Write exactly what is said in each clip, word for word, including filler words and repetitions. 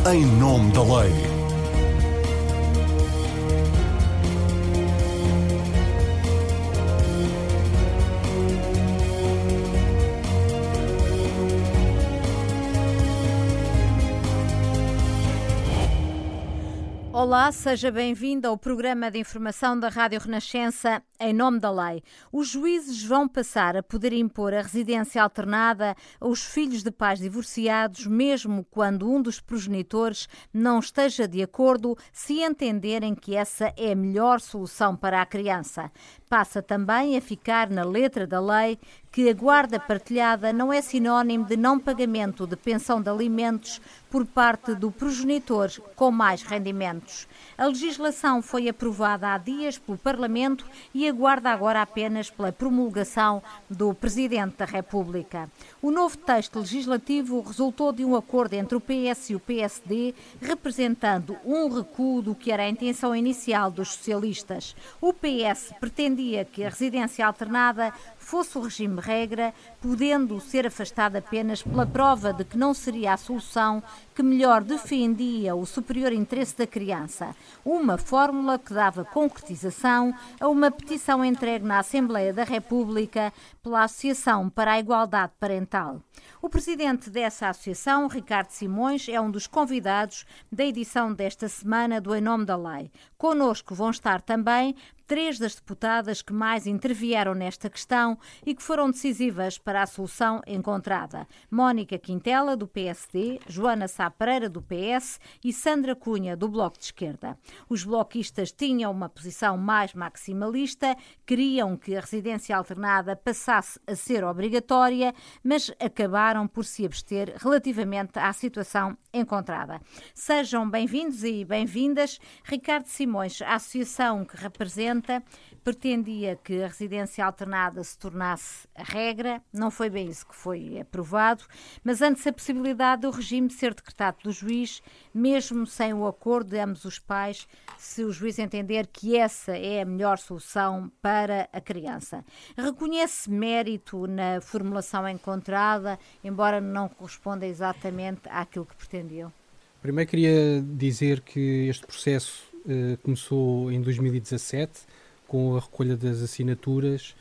em nome da lei. Olá, seja bem-vindo ao programa de informação da Rádio Renascença em nome da lei. Os juízes vão passar a poder impor a residência alternada aos filhos de pais divorciados, mesmo quando um dos progenitores não esteja de acordo, se entenderem que essa é a melhor solução para a criança. Passa também a ficar na letra da lei que a guarda partilhada não é sinónimo de não pagamento de pensão de alimentos por parte do progenitor com mais rendimentos. A legislação foi aprovada há dias pelo Parlamento e aguarda agora apenas pela promulgação do Presidente da República. O novo texto legislativo resultou de um acordo entre o P S e o P S D, representando um recuo do que era a intenção inicial dos socialistas. O P S pretendia que a residência alternada fosse o regime regra, podendo ser afastada apenas pela prova de que não seria a solução que melhor defendia o superior interesse da criança. Uma fórmula que dava concretização a uma petição entregue na Assembleia da República pela Associação para a Igualdade Parental. O presidente dessa associação, Ricardo Simões, é um dos convidados da edição desta semana do Em Nome da Lei. Connosco vão estar também três das deputadas que mais intervieram nesta questão e que foram decisivas para a solução encontrada. Mónica Quintela, do P S D, Joana Sá Pereira, do P S e Sandra Cunha, do Bloco de Esquerda. Os bloquistas tinham uma posição mais maximalista, queriam que a residência alternada passasse a ser obrigatória, mas acabaram por se abster relativamente à situação encontrada. Sejam bem-vindos e bem-vindas. Ricardo Simões, a associação que representa, pretendia que a residência alternada se tornasse a regra. Não foi bem isso que foi aprovado, mas antes a possibilidade do regime ser decretado pelo juiz, mesmo sem o acordo de ambos os pais, se o juiz entender que essa é a melhor solução para a criança. Reconhece mérito na formulação encontrada, embora não corresponda exatamente àquilo que pretendiam? Primeiro queria dizer que este processo uh, começou em dois mil e dezassete, com a recolha das assinaturas,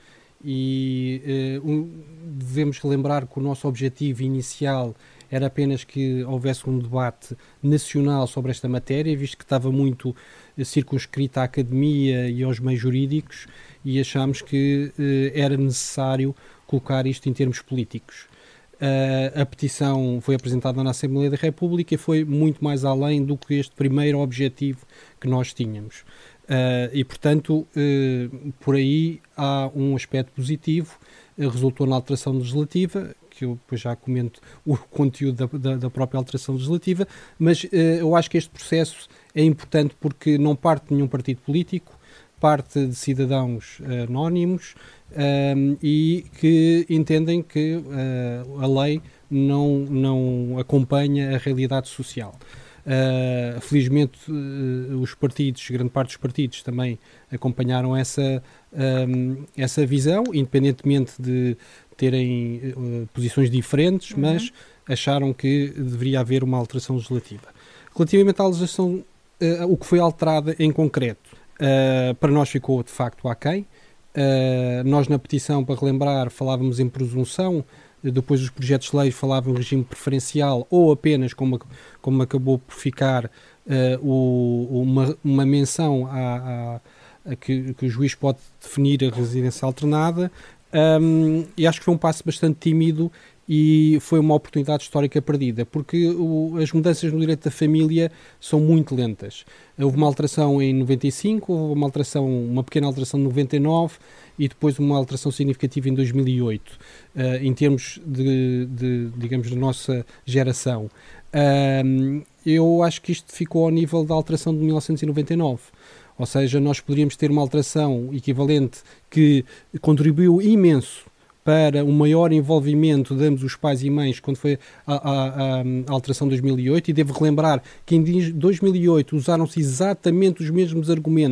e uh, um, devemos relembrar que o nosso objetivo inicial era apenas que houvesse um debate nacional sobre esta matéria, visto que estava muito uh, circunscrita à academia e aos meios jurídicos, e achámos que uh, era necessário colocar isto em termos políticos. Uh, a petição foi apresentada na Assembleia da República e foi muito mais além do que este primeiro objetivo que nós tínhamos. Uh, e, portanto, uh, por aí há um aspecto positivo, uh, resultou na alteração legislativa, que eu depois já comento o conteúdo da, da, da própria alteração legislativa, mas uh, eu acho que este processo é importante porque não parte de nenhum partido político, parte de cidadãos uh, anónimos uh, e que entendem que uh, a lei não, não acompanha a realidade social. Uh, felizmente uh, os partidos, grande parte dos partidos também acompanharam essa, um, essa visão, independentemente de terem uh, posições diferentes, uhum. mas acharam que deveria haver uma alteração legislativa. Relativamente à legislação, uh, o que foi alterado em concreto, uh, para nós ficou de facto aquém. Uh, nós na petição, para relembrar, falávamos em presunção. Depois os projetos de lei falavam em regime preferencial ou apenas, como, como acabou por ficar, uh, o, uma, uma menção a, a, a que, que o juiz pode definir a residência alternada. Um, e acho que foi um passo bastante tímido e foi uma oportunidade histórica perdida, porque o, as mudanças no direito da família são muito lentas. Houve uma alteração em noventa e cinco, houve uma, alteração, uma pequena alteração em noventa e nove e depois uma alteração significativa em dois mil e oito, uh, em termos de, de, digamos, da nossa geração. Uh, eu acho que isto ficou ao nível da alteração de mil novecentos e noventa e nove. Ou seja, nós poderíamos ter uma alteração equivalente que contribuiu imenso para um maior envolvimento de ambos os pais e mães quando foi a, a, a, a alteração de dois mil e oito, e devo relembrar que em dois mil e oito usaram-se exatamente os mesmos argumentos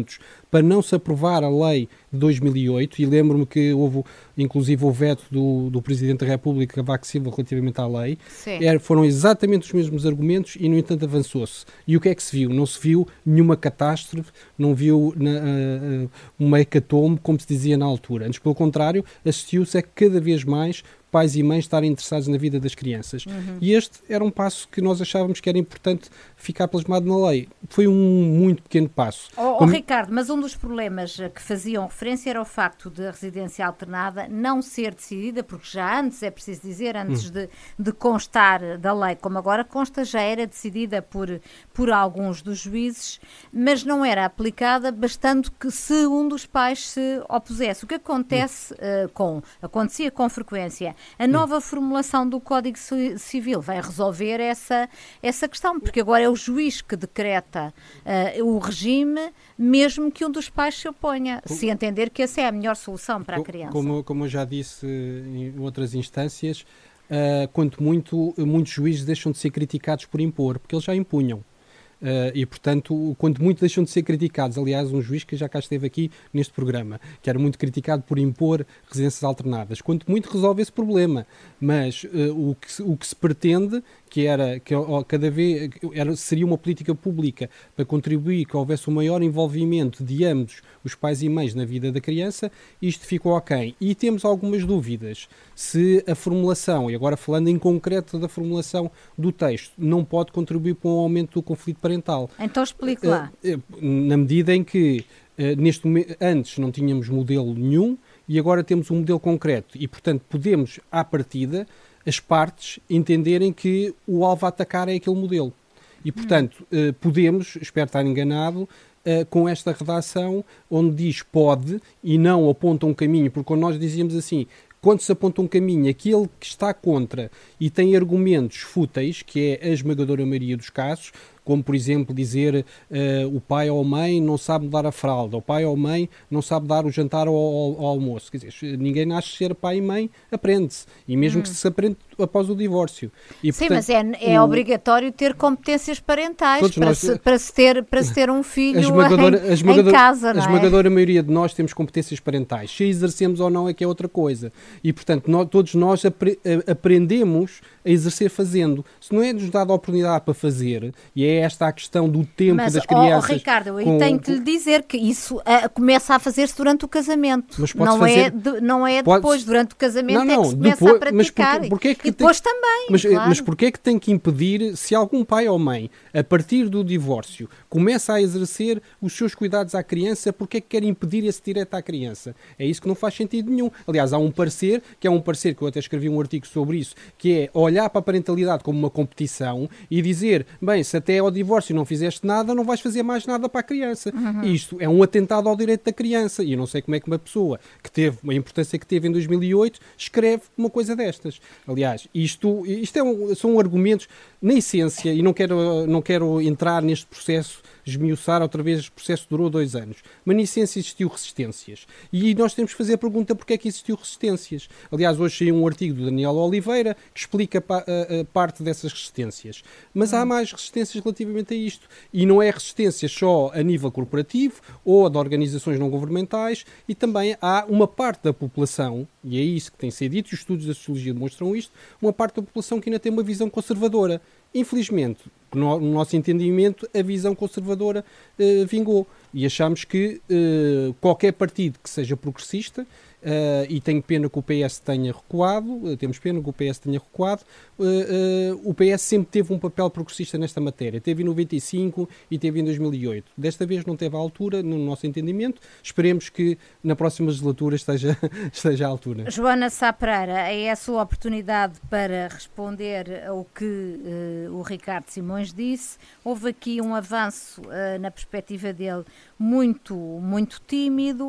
para não se aprovar a lei de dois mil e oito, e lembro-me que houve inclusive o veto do, do Presidente da República, Cavaco Silva, relativamente à lei. Era, foram exatamente os mesmos argumentos e, no entanto, avançou-se. E o que é que se viu? Não se viu nenhuma catástrofe, não viu na, uh, uh, uma hecatombe, como se dizia na altura. Antes, pelo contrário, assistiu-se a cada vez mais pais e mães estarem interessados na vida das crianças. Uhum. E este era um passo que nós achávamos que era importante ficar plasmado na lei. Foi um muito pequeno passo. Oh, Como... oh, Ricardo, mas um dos problemas que faziam referência era o facto de a residência alternada não ser decidida, porque já antes, é preciso dizer, antes uhum. de, de constar da lei, como agora consta, já era decidida por, por alguns dos juízes, mas não era aplicada, bastando que se um dos pais se opusesse. O que acontece uhum. uh, com, acontecia com frequência. A nova formulação do Código Civil vai resolver essa, essa questão, porque agora é o juiz que decreta uh, o regime, mesmo que um dos pais se oponha, como, se entender que essa é a melhor solução para a criança. Como, como eu já disse em outras instâncias, uh, quanto muito, muitos juízes deixam de ser criticados por impor, porque eles já impunham. Uh, e, portanto, quanto muito deixam de ser criticados. Aliás, um juiz que já cá esteve aqui neste programa, que era muito criticado por impor residências alternadas, quanto muito resolve esse problema. Mas uh, o, que, o que se pretende, que era que ó, cada vez era, seria uma política pública para contribuir que houvesse um maior envolvimento de ambos os pais e mães na vida da criança, isto ficou aquém. E temos algumas dúvidas se a formulação, e agora falando em concreto da formulação do texto, não pode contribuir para um aumento do conflito parental. Então explique lá. Na medida em que neste momento, antes não tínhamos modelo nenhum e agora temos um modelo concreto e, portanto, podemos, à partida, as partes entenderem que o alvo a atacar é aquele modelo. E, portanto, hum. podemos, espero estar enganado, Uh, com esta redação onde diz pode e não aponta um caminho, porque quando nós dizíamos assim, quando se aponta um caminho, aquele que está contra e tem argumentos fúteis, que é a esmagadora maioria dos casos, como, por exemplo, dizer uh, o pai ou a mãe não sabe dar a fralda, o pai ou a mãe não sabe dar o jantar ao, ao, ao almoço. Quer dizer, ninguém nasce ser pai e mãe, aprende-se. E mesmo hum. que se aprende após o divórcio. E, Sim, portanto, mas é, é o... obrigatório ter competências parentais para, nós... se, para, se ter, para se ter um filho a esmagadora, em, a esmagadora, em casa, não é? A esmagadora maioria de nós temos competências parentais. Se exercemos ou não é que é outra coisa. E, portanto, nós, todos nós apre, a, aprendemos a exercer fazendo. Se não é nos dada a oportunidade para fazer, e é esta a questão do tempo mas, das crianças... Mas, oh, Ricardo, eu com, tenho que lhe dizer que isso uh, começa a fazer-se durante o casamento. Mas não, fazer, é de, não é depois, pode, durante o casamento não, não, é que se começa depois, a praticar. Mas porquê, porquê é que e depois tem, também, Mas, claro. mas porquê é que tem que impedir, se algum pai ou mãe, a partir do divórcio, começa a exercer os seus cuidados à criança, porquê é que quer impedir esse direito à criança? É isso que não faz sentido nenhum. Aliás, há um parecer, que é um parecer que eu até escrevi um artigo sobre isso, que é olhar para a parentalidade como uma competição e dizer, bem, se até ao divórcio não fizeste nada, não vais fazer mais nada para a criança. Uhum. Isto é um atentado ao direito da criança. E eu não sei como é que uma pessoa que teve a importância que teve em dois mil e oito escreve uma coisa destas. Aliás, isto, isto é um, são argumentos, na essência, e não quero, não quero entrar neste processo, esmiuçar outra vez, este processo durou dois anos, mas na essência existiu resistências. E nós temos que fazer a pergunta porque é que existiu resistências. Aliás, hoje saiu um artigo do Daniel Oliveira que explica pa, a, a parte dessas resistências. Mas há mais resistências relativamente a isto. E não é resistências só a nível corporativo ou de organizações não governamentais, e também há uma parte da população, e é isso que tem sido dito, e os estudos da sociologia demonstram isto, uma parte da população que ainda tem uma visão conservadora. Infelizmente, no nosso entendimento, a visão conservadora uh, vingou. E achamos que uh, qualquer partido que seja progressista, uh, e tenho pena que o P S tenha recuado, uh, temos pena que o P S tenha recuado, uh, uh, o P S sempre teve um papel progressista nesta matéria. Teve em noventa e cinco e teve em dois mil e oito. Desta vez não teve à altura, no nosso entendimento. Esperemos que na próxima legislatura esteja, esteja à altura. Joana Sá Pereira, é a sua oportunidade para responder ao que uh, o Ricardo Simões disse. Houve aqui um avanço uh, na perspectiva dele muito, muito tímido,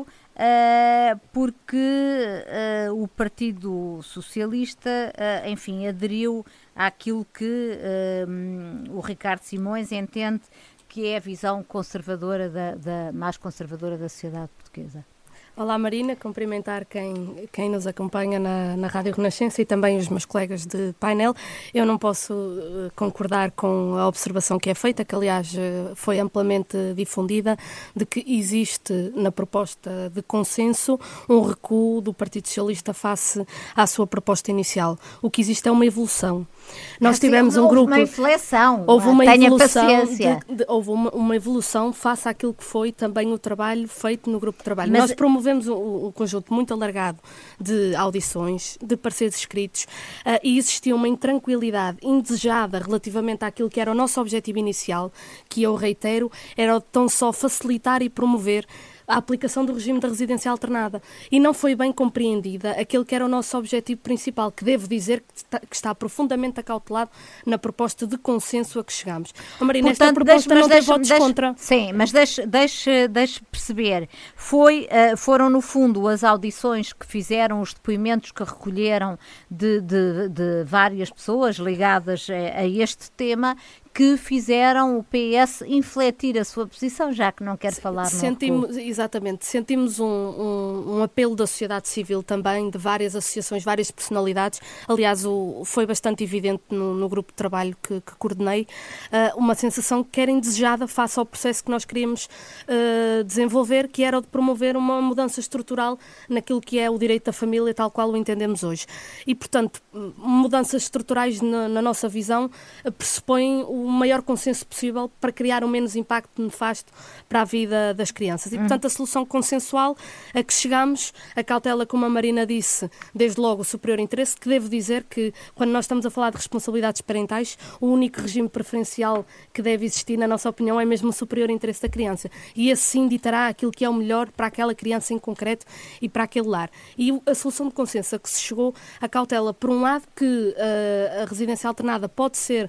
uh, porque uh, o Partido Socialista, uh, enfim, aderiu àquilo que uh, o Ricardo Simões entende que é a visão conservadora, da, da, mais conservadora da sociedade portuguesa. Olá Marina, cumprimentar quem, quem nos acompanha na, na Rádio Renascença e também os meus colegas de painel. Eu não posso uh, concordar com a observação que é feita, que aliás uh, foi amplamente difundida, de que existe na proposta de consenso um recuo do Partido Socialista face à sua proposta inicial. O que existe é uma evolução. Nós assim, tivemos um houve grupo... uma inflexão, houve uma tenha evolução paciência. De, de, houve uma, uma evolução face àquilo que foi também o trabalho feito no grupo de trabalho. Mas... Nós promovemos um, um conjunto muito alargado de audições, de pareceres escritos, uh, e existia uma intranquilidade indesejada relativamente àquilo que era o nosso objetivo inicial, que eu reitero, era tão só facilitar e promover a aplicação do regime da residência alternada. E não foi bem compreendida aquele que era o nosso objetivo principal, que devo dizer que está, que está profundamente acautelado na proposta de consenso a que chegamos. Oh, Marina, Portanto, esta proposta deixe, não tem deixe, votos deixe, contra. Sim, mas deixe, deixe, deixe perceber. Foi, uh, foram, no fundo, as audições que fizeram, os depoimentos que recolheram de, de, de várias pessoas ligadas a, a este tema, que fizeram o P S infletir a sua posição, já que não quer falar sentimos, no Exatamente, sentimos um, um, um apelo da sociedade civil também, de várias associações, várias personalidades. Aliás, o, foi bastante evidente no, no grupo de trabalho que, que coordenei, uh, uma sensação que era indesejada face ao processo que nós queríamos uh, desenvolver, que era o de promover uma mudança estrutural naquilo que é o direito da família, tal qual o entendemos hoje. E, portanto, mudanças estruturais na, na nossa visão uh, pressupõem o o maior consenso possível para criar o menos impacto nefasto para a vida das crianças. E, portanto, a solução consensual a que chegamos, a cautela, como a Marina disse, desde logo o superior interesse, que devo dizer que, quando nós estamos a falar de responsabilidades parentais, o único regime preferencial que deve existir, na nossa opinião, é mesmo o superior interesse da criança. E esse sim ditará aquilo que é o melhor para aquela criança em concreto e para aquele lar. E a solução de consenso a que se chegou, a cautela, por um lado, que uh, a residência alternada pode ser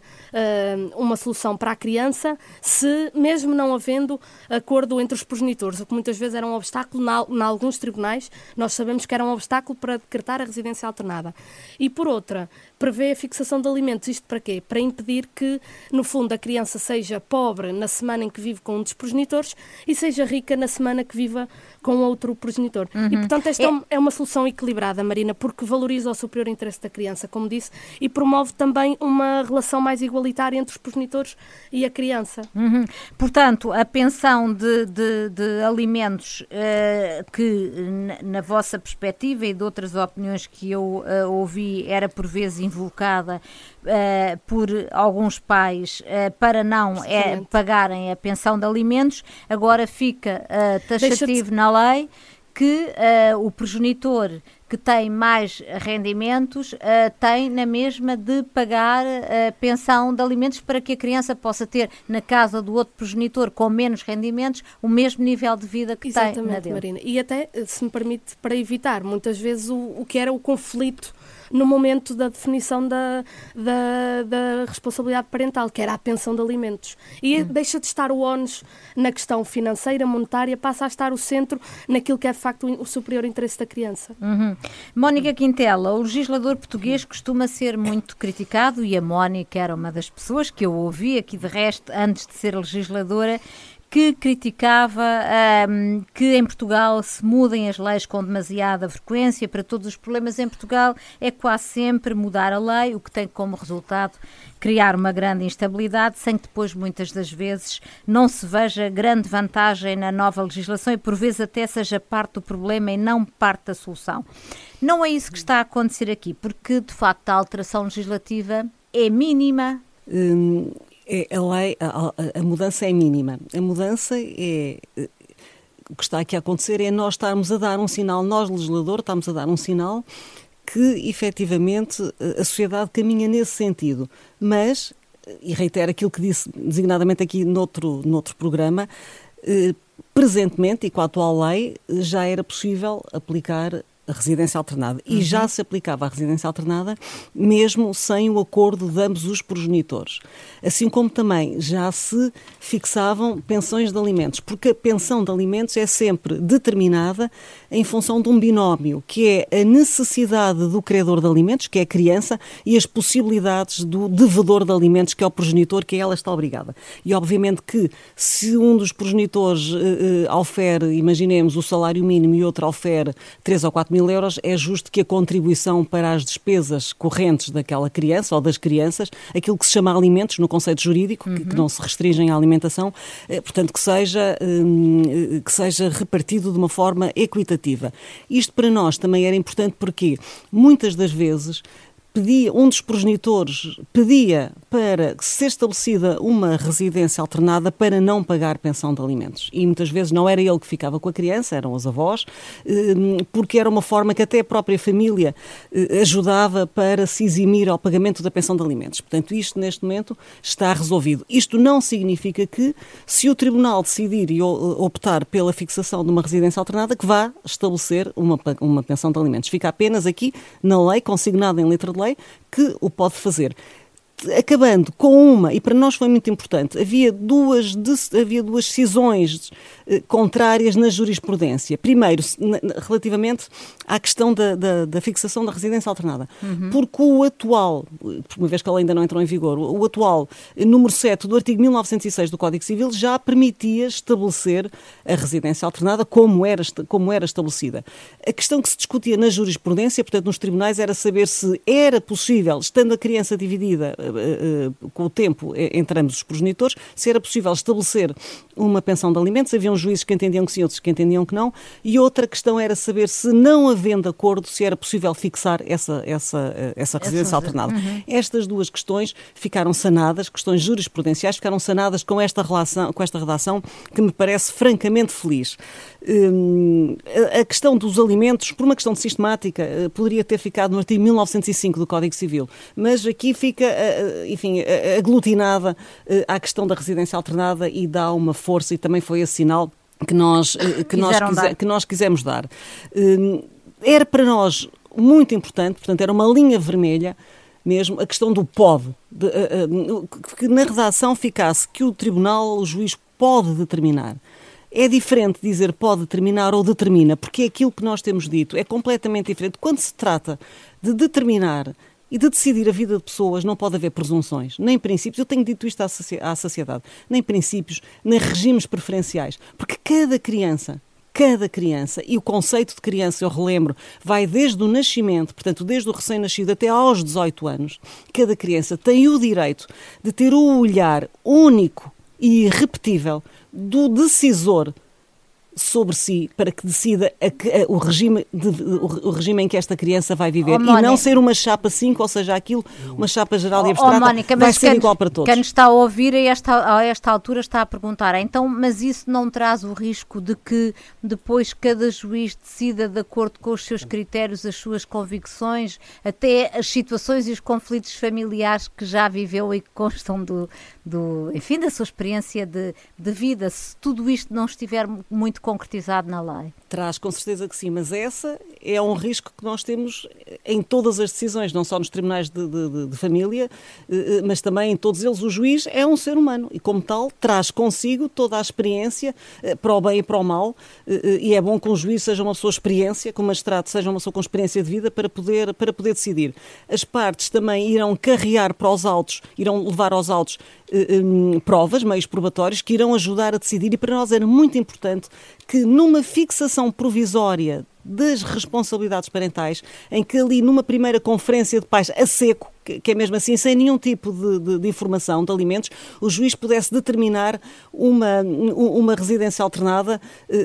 uh, uma solução para a criança, se, mesmo não havendo acordo entre os progenitores, o que muitas vezes era um obstáculo em alguns tribunais, nós sabemos que era um obstáculo para decretar a residência alternada. E, por outra, prevê a fixação de alimentos. Isto para quê? Para impedir que, no fundo, a criança seja pobre na semana em que vive com um dos progenitores e seja rica na semana que viva com outro progenitor. Uhum. E, portanto, esta é... é uma solução equilibrada, Marina, porque valoriza o superior interesse da criança, como disse, e promove também uma relação mais igualitária entre os progenitores e a criança. Uhum. Portanto, a pensão de, de, de alimentos uh, que, na vossa perspectiva e de outras opiniões que eu uh, ouvi, era por vezes invocada uh, por alguns pais uh, para não é, pagarem a pensão de alimentos, agora fica uh, taxativo na lei que uh, o progenitor que tem mais rendimentos uh, tem na mesma de pagar a uh, pensão de alimentos para que a criança possa ter na casa do outro progenitor com menos rendimentos o mesmo nível de vida que Exatamente, tem na dele. Marina. E até, se me permite, para evitar muitas vezes o, o que era o conflito no momento da definição da, da, da responsabilidade parental, que era a pensão de alimentos. E hum. deixa de estar o ónus na questão financeira, monetária, passa a estar o centro naquilo que é de facto o superior interesse da criança. Uhum. Mónica Quintela, o legislador português costuma ser muito criticado, e a Mónica era uma das pessoas que eu ouvi aqui, de resto, antes de ser legisladora, que criticava um, que em Portugal se mudem as leis com demasiada frequência. Para todos os problemas em Portugal é quase sempre mudar a lei, o que tem como resultado criar uma grande instabilidade, sem que depois, muitas das vezes, não se veja grande vantagem na nova legislação e, por vezes, até seja parte do problema e não parte da solução. Não é isso que está a acontecer aqui, porque, de facto, a alteração legislativa é mínima. Hum... É, a, lei, a, a mudança é mínima. A mudança é... O que está aqui a acontecer é nós estarmos a dar um sinal, nós, legislador, estamos a dar um sinal que, efetivamente, a sociedade caminha nesse sentido. Mas, e reitero aquilo que disse designadamente aqui noutro, noutro programa, eh, presentemente, e com a atual lei, já era possível aplicar a residência alternada. E uhum. já se aplicava a residência alternada mesmo sem o acordo de ambos os progenitores. Assim como também já se fixavam pensões de alimentos, porque a pensão de alimentos é sempre determinada em função de um binómio, que é a necessidade do credor de alimentos, que é a criança, e as possibilidades do devedor de alimentos, que é o progenitor, que ela está obrigada. E obviamente que se um dos progenitores eh, aufere, imaginemos, o salário mínimo e outro aufere três ou quatro mil euros, é justo que a contribuição para as despesas correntes daquela criança ou das crianças, aquilo que se chama alimentos no conceito jurídico, uhum. que, que não se restringem à alimentação, eh, portanto que seja, eh, que seja repartido de uma forma equitativa. Isto para nós também era importante porque muitas das vezes pedia, um dos progenitores pedia para ser estabelecida uma residência alternada para não pagar pensão de alimentos. E muitas vezes não era ele que ficava com a criança, eram os avós, porque era uma forma que até a própria família ajudava para se eximir ao pagamento da pensão de alimentos. Portanto, isto neste momento está resolvido. Isto não significa que, se o Tribunal decidir e optar pela fixação de uma residência alternada, que vá estabelecer uma, uma pensão de alimentos. Fica apenas aqui na lei, consignada em letra de lei, que o pode fazer. Acabando com uma, e para nós foi muito importante, havia duas, havia duas decisões eh, contrárias na jurisprudência. Primeiro, na, relativamente à questão da, da, da fixação da residência alternada. Uhum. Porque o atual, uma vez que ela ainda não entrou em vigor, o, o atual número sete do artigo mil novecentos e seis do Código Civil já permitia estabelecer a residência alternada como era, como era estabelecida. A questão que se discutia na jurisprudência, portanto nos tribunais, era saber se era possível, estando a criança dividida com o tempo entre ambos os progenitores, se era possível estabelecer uma pensão de alimentos. Havia uns juízes que entendiam que sim, outros que entendiam que não, e outra questão era saber se, não havendo acordo, se era possível fixar essa, essa, essa residência essa, alternada. Uhum. Estas duas questões ficaram sanadas, questões jurisprudenciais, ficaram sanadas com esta, relação, com esta redação que me parece francamente feliz. Hum, a, a questão dos alimentos, por uma questão de sistemática, poderia ter ficado no artigo mil novecentos e cinco do Código Civil, mas aqui fica enfim, aglutinada à questão da residência alternada e dá uma força, e também foi esse sinal que nós, que nós, quise, que nós quisemos dar. Era para nós muito importante, portanto, era uma linha vermelha mesmo, a questão do pode, de, que na redação ficasse que o tribunal, o juiz pode determinar. É diferente dizer pode determinar ou determina, porque é aquilo que nós temos dito, é completamente diferente. Quando se trata de determinar e de decidir a vida de pessoas, não pode haver presunções, nem princípios. Eu tenho dito isto à sociedade, nem princípios, nem regimes preferenciais, porque cada criança, cada criança, e o conceito de criança, eu relembro, vai desde o nascimento, portanto, desde o recém-nascido até aos dezoito anos, cada criança tem o direito de ter o olhar único e irrepetível do decisor sobre si, para que decida a, a, o, regime de, o, o regime em que esta criança vai viver. Oh, e não ser uma chapa cinco, ou seja, aquilo, uma chapa geral e abstrata, oh, Mónica, vai ser quem, igual para todos. Quem nos está a ouvir a esta, a esta altura está a perguntar, então, mas isso não traz o risco de que depois cada juiz decida de acordo com os seus critérios, as suas convicções, até as situações e os conflitos familiares que já viveu e que constam do, do enfim, da sua experiência de, de vida, se tudo isto não estiver muito concretizado na lei? Traz, com certeza que sim, mas essa é um risco que nós temos em todas as decisões, não só nos tribunais de, de, de família, mas também em todos eles. O juiz é um ser humano e, como tal, traz consigo toda a experiência, para o bem e para o mal, e é bom que um juiz seja uma pessoa experiência, que um magistrado seja uma pessoa com experiência de vida para poder, para poder decidir. As partes também irão carregar para os autos, irão levar aos autos Um, provas, meios probatórios que irão ajudar a decidir, e para nós era muito importante que numa fixação provisória das responsabilidades parentais, em que ali numa primeira conferência de pais a seco, que é mesmo assim, sem nenhum tipo de, de, de informação de alimentos, o juiz pudesse determinar uma, uma residência alternada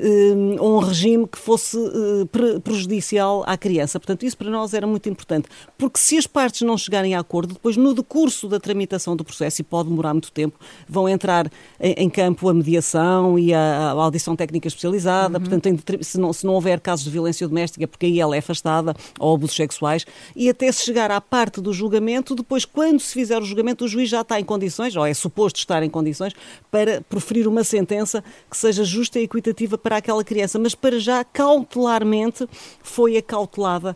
uh, ou um regime que fosse uh, pre- prejudicial à criança. Portanto, isso para nós era muito importante, porque se as partes não chegarem a acordo, depois no decurso da tramitação do processo, e pode demorar muito tempo, vão entrar em, em campo a mediação e a, a audição técnica especializada, uhum. portanto, em, se, não, se não houver casos de violência doméstica, porque aí ela é afastada, ou abusos sexuais, e até se chegar à parte do julgamento julgamento, depois, quando se fizer o julgamento, o juiz já está em condições, ou é suposto estar em condições, para proferir uma sentença que seja justa e equitativa para aquela criança. Mas, para já, cautelarmente, foi acautelada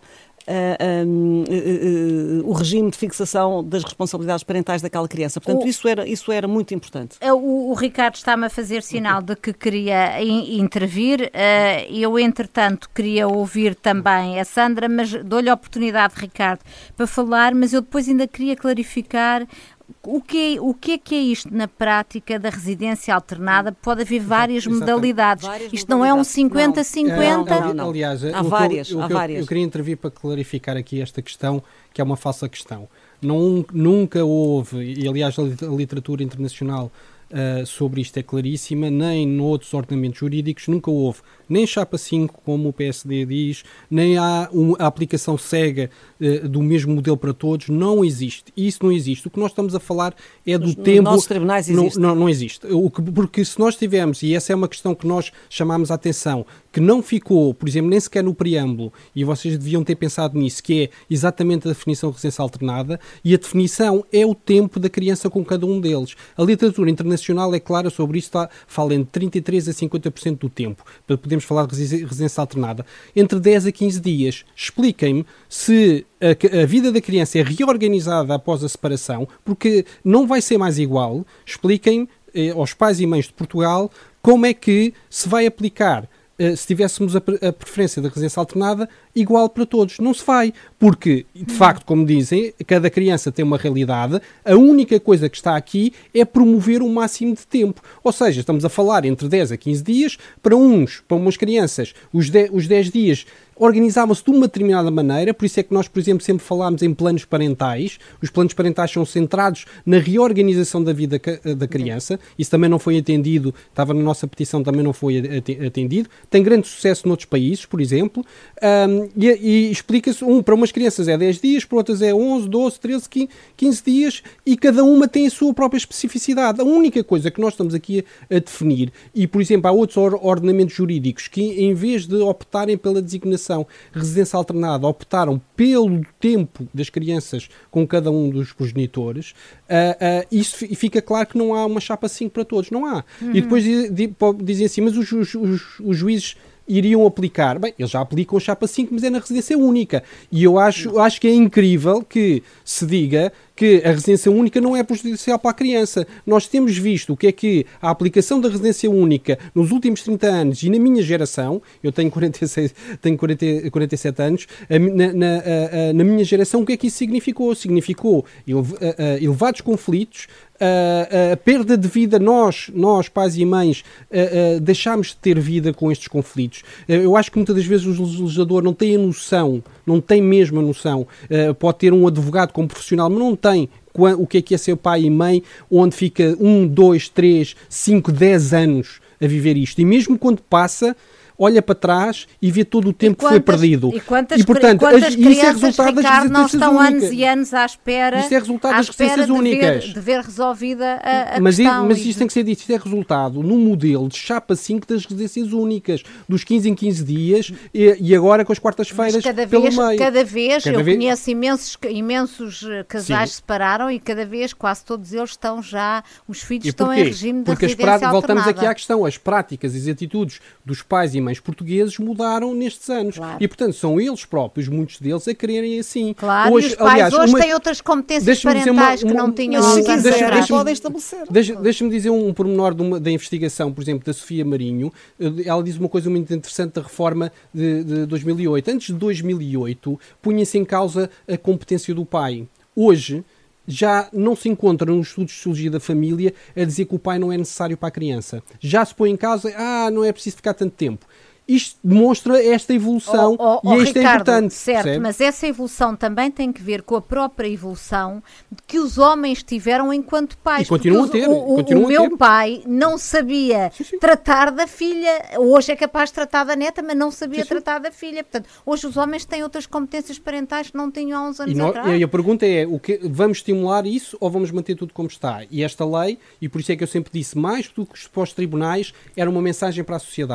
Uh, um, uh, uh, o regime de fixação das responsabilidades parentais daquela criança. Portanto, o, isso, era, isso era muito importante. O, o Ricardo está-me a fazer sinal de que queria in, intervir. Uh, eu, entretanto, queria ouvir também a Sandra, mas dou-lhe a oportunidade, Ricardo, para falar, mas eu depois ainda queria clarificar o que, é, o que é que é isto na prática da residência alternada. Pode haver várias Exato, modalidades. Várias isto modalidades. Não é um cinquenta cinquenta? Não, não, não. Aliás, há várias. Eu, eu, há eu, várias. eu queria intervir para clarificar aqui esta questão, que é uma falsa questão. Não, nunca houve, e aliás a literatura internacional uh, sobre isto é claríssima, nem noutros ordenamentos jurídicos, nunca houve nem chapa cinco, como o P S D diz, nem há um, a aplicação cega uh, do mesmo modelo para todos. Não existe. Isso não existe. O que nós estamos a falar é do Nos tempo... nossos tribunais existe. Não, não, não existe. O que, porque se nós tivermos, e essa é uma questão que nós chamámos a atenção, que não ficou, por exemplo, nem sequer no preâmbulo, e vocês deviam ter pensado nisso, que é exatamente a definição de residência alternada, e a definição é o tempo da criança com cada um deles. A literatura internacional é clara sobre isso, está, fala entre trinta e três por cento a cinquenta por cento do tempo, para podermos falar de residência alternada, entre dez a quinze dias. Expliquem-me se a, a vida da criança é reorganizada após a separação, porque não vai ser mais igual. Expliquem eh, aos pais e mães de Portugal como é que se vai aplicar, eh, se tivéssemos a, a preferência da residência alternada, igual para todos. Não se vai, porque, de facto, como dizem, cada criança tem uma realidade. A única coisa que está aqui é promover o máximo de tempo. Ou seja, estamos a falar entre dez a quinze dias. Para uns, para umas crianças, os dez, os dez dias organizavam-se de uma determinada maneira. Por isso é que nós, por exemplo, sempre falámos em planos parentais. Os planos parentais são centrados na reorganização da vida da criança. Isso também não foi atendido, estava na nossa petição, também não foi atendido. Tem grande sucesso noutros países, por exemplo. Um, e, e explica-se, um, para umas crianças é dez dias, para outras é onze, doze, treze, quinze dias, e cada uma tem a sua própria especificidade. A única coisa que nós estamos aqui a, a definir, e por exemplo há outros or, ordenamentos jurídicos que, em vez de optarem pela designação residência alternada, optaram pelo tempo das crianças com cada um dos progenitores, uh, uh, isso fica claro que não há uma chapa cinco para todos, não há. Uhum. E depois dizem assim, mas os, os, os, os juízes iriam aplicar. Bem, eles já aplicam a chapa cinco, mas é na residência única. E eu acho, acho que é incrível que se diga que a residência única não é prejudicial para a criança. Nós temos visto o que é que a aplicação da residência única nos últimos trinta anos, e na minha geração, eu tenho, quarenta e seis, tenho quarenta, quarenta e sete anos, na, na, na minha geração, o que é que isso significou? Significou elevados conflitos, a, a perda de vida. Nós, nós pais e mães, a, a, deixámos de ter vida com estes conflitos. Eu acho que muitas das vezes o legislador não tem a noção, não tem mesmo a noção, pode ter um advogado como profissional, mas não tem o que é que é ser pai e mãe, onde fica um, dois, três, cinco, dez anos a viver isto. E mesmo quando passa, olha para trás e vê todo o tempo quantas, que foi perdido. E quantas, e, portanto, quantas as, crianças, isso é resultado Ricardo, das não estão únicas. anos e anos à espera, isso é resultado à das espera de, únicas. ver, de ver resolvida a, a mas questão. É, mas isto tem que ser dito, isto é resultado no modelo de chapa cinco das residências únicas, dos quinze em quinze dias e, e agora com as quartas-feiras cada pelo vez, meio. Cada vez, cada eu vez... conheço imensos, imensos casais Sim. se separaram e cada vez quase todos eles estão já, os filhos e estão em regime de Porque residência alternada. Voltamos aqui à questão, as práticas e as atitudes dos pais e mães portugueses mudaram nestes anos. Claro. E, portanto, são eles próprios, muitos deles, a quererem assim. Claro, hoje, e os pais aliás, hoje uma... têm outras competências parentais uma, uma, que não tinham se antes. Quiser, podem estabelecer. Deixa, deixa-me dizer um pormenor de uma, da investigação, por exemplo, da Sofia Marinho. Ela diz uma coisa muito interessante da reforma de, de dois mil e oito. Antes de dois mil e oito, punha-se em causa a competência do pai. Hoje, já não se encontra nos estudos de sociologia da família a dizer que o pai não é necessário para a criança. Já se põe em causa, ah, não é preciso ficar tanto tempo. Isto demonstra esta evolução oh, oh, e oh, isto Ricardo, é importante. Certo, percebe? Mas essa evolução também tem que ver com a própria evolução que os homens tiveram enquanto pais. E continuam a ter. O, o, continuam o meu a ter. pai não sabia sim, sim. tratar da filha. Hoje é capaz de tratar da neta, mas não sabia sim, tratar sim. da filha. Portanto, hoje os homens têm outras competências parentais que não tinham há uns anos e nós, atrás. E a pergunta é, o que, vamos estimular isso ou vamos manter tudo como está? E esta lei, e por isso é que eu sempre disse, mais do que para os tribunais, era uma mensagem para a sociedade.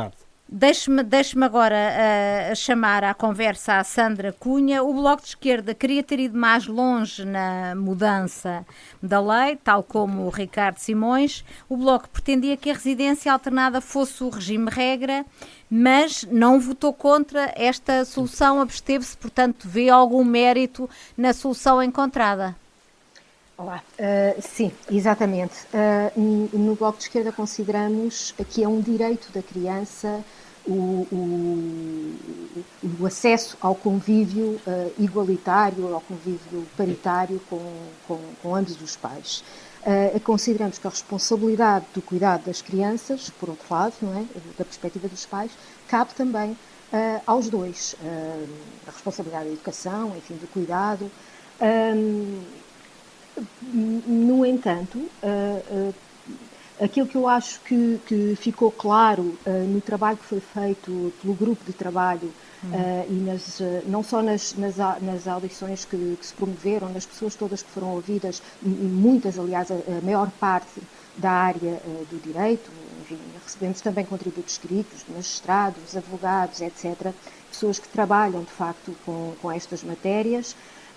Deixe-me deixe-me agora uh, chamar à conversa a Sandra Cunha. O Bloco de Esquerda queria ter ido mais longe na mudança da lei, tal como o Ricardo Simões. O Bloco pretendia que a residência alternada fosse o regime regra, mas não votou contra esta solução, absteve-se, portanto, vê algum mérito na solução encontrada. Olá, uh, sim, exatamente. Uh, no Bloco de Esquerda consideramos que é um direito da criança o, o, o acesso ao convívio uh, igualitário, ao convívio paritário com, com, com ambos os pais. Uh, consideramos que a responsabilidade do cuidado das crianças, por outro lado, não é, da perspectiva dos pais, cabe também uh, aos dois. Uh, a responsabilidade da educação, enfim, do cuidado. Um, No entanto, uh, uh, aquilo que eu acho que, que ficou claro uh, no trabalho que foi feito pelo grupo de trabalho uh, e nas, uh, não só nas, nas, nas audições que, que se promoveram, nas pessoas todas que foram ouvidas, e muitas, aliás, a, a maior parte da área uh, do direito, enfim, recebemos também contributos escritos de magistrados, advogados, etcétera, pessoas que trabalham, de facto, com, com estas matérias.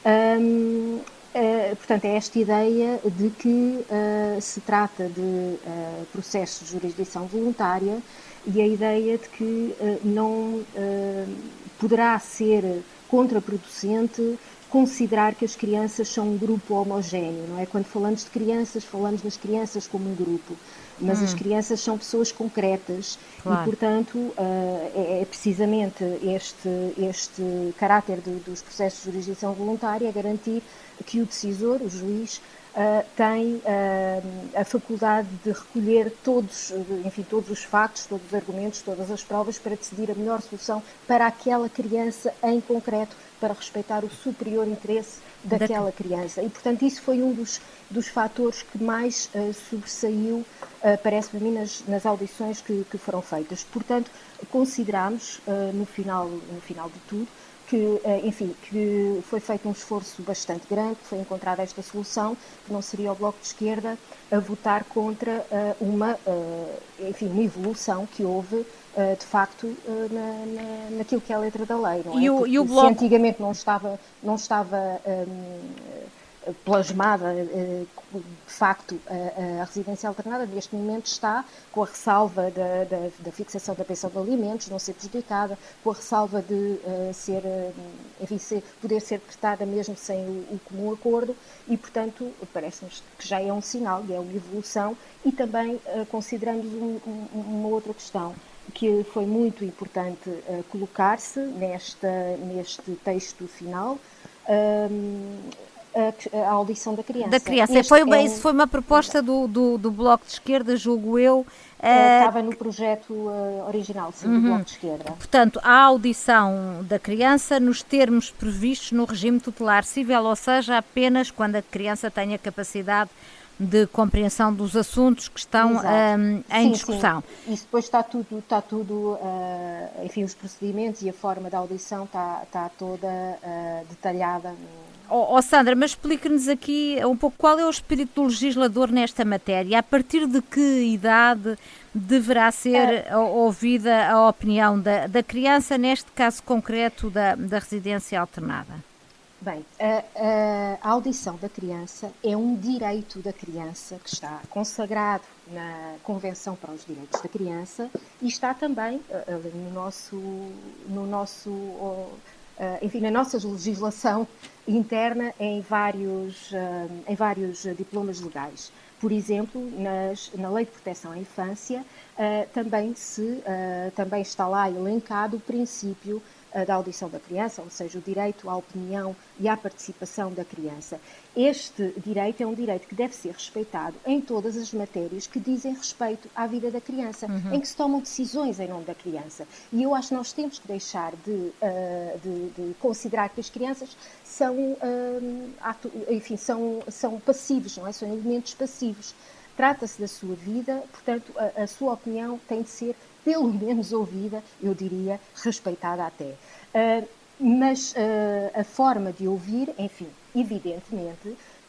Um, Uh, portanto, é esta ideia de que uh, se trata de uh, processo de jurisdição voluntária e a ideia de que uh, não uh, poderá ser contraproducente considerar que as crianças são um grupo homogéneo, não é? Quando falamos de crianças, falamos das crianças como um grupo, mas hum. as crianças são pessoas concretas. Claro. E, portanto, uh, é, é precisamente este, este caráter de, dos processos de jurisdição voluntária a garantir que o decisor, o juiz, uh, tem uh, a faculdade de recolher todos, enfim, todos os factos, todos os argumentos, todas as provas para decidir a melhor solução para aquela criança em concreto, para respeitar o superior interesse daquela criança. E, portanto, isso foi um dos, dos fatores que mais uh, sobressaiu, uh, parece-me a mim, nas, nas audições que, que foram feitas. Portanto, consideramos, uh, no final, no final de tudo, que, enfim, que foi feito um esforço bastante grande, que foi encontrada esta solução, que não seria o Bloco de Esquerda a votar contra uma, enfim, uma evolução que houve, de facto, na, na, naquilo que é a letra da lei, não é? E o, e o Bloco... Se antigamente não estava, não estava um, plasmada, de facto, a, a residência alternada, neste momento está com a ressalva da, da, da fixação da pensão de alimentos, não ser prejudicada, com a ressalva de uh, ser, uh, enfim, ser, poder ser prestada mesmo sem o, o comum acordo e, portanto, parece-nos que já é um sinal, é uma evolução e também uh, consideramos um, um, uma outra questão que foi muito importante uh, colocar-se nesta, neste texto final, uh, A, a audição da criança. Da criança. Foi, é um... Isso foi uma proposta do, do, do Bloco de Esquerda, julgo eu. Estava uh... no projeto uh, original, sim, uhum. do Bloco de Esquerda. Portanto, a audição da criança nos termos previstos no regime tutelar civil, ou seja, apenas quando a criança tenha capacidade de compreensão dos assuntos que estão um, em sim, discussão. Sim. Isso depois está tudo, está tudo uh, enfim, os procedimentos e a forma da audição está, está toda uh, detalhada. Oh, oh Sandra, mas explique-nos aqui um pouco qual é o espírito do legislador nesta matéria. A partir de que idade deverá ser é. ouvida a opinião da, da criança, neste caso concreto da, da residência alternada? Bem, a, a, a audição da criança é um direito da criança que está consagrado na Convenção para os Direitos da Criança e está também uh, no nosso, no nosso uh, enfim, na nossa legislação interna em vários, uh, em vários diplomas legais. Por exemplo, nas, na Lei de Proteção à Infância uh, também, se, uh, também está lá elencado o princípio da audição da criança, ou seja, o direito à opinião e à participação da criança. Este direito é um direito que deve ser respeitado em todas as matérias que dizem respeito à vida da criança, uhum. em que se tomam decisões em nome da criança. E eu acho que nós temos que deixar de, uh, de, de considerar que as crianças são, uh, atu- enfim, são, são passivos, não é? São elementos passivos. Trata-se da sua vida, portanto, a, a sua opinião tem de ser pelo menos ouvida, eu diria, respeitada até. Uh, mas uh, a forma de ouvir, enfim, evidentemente,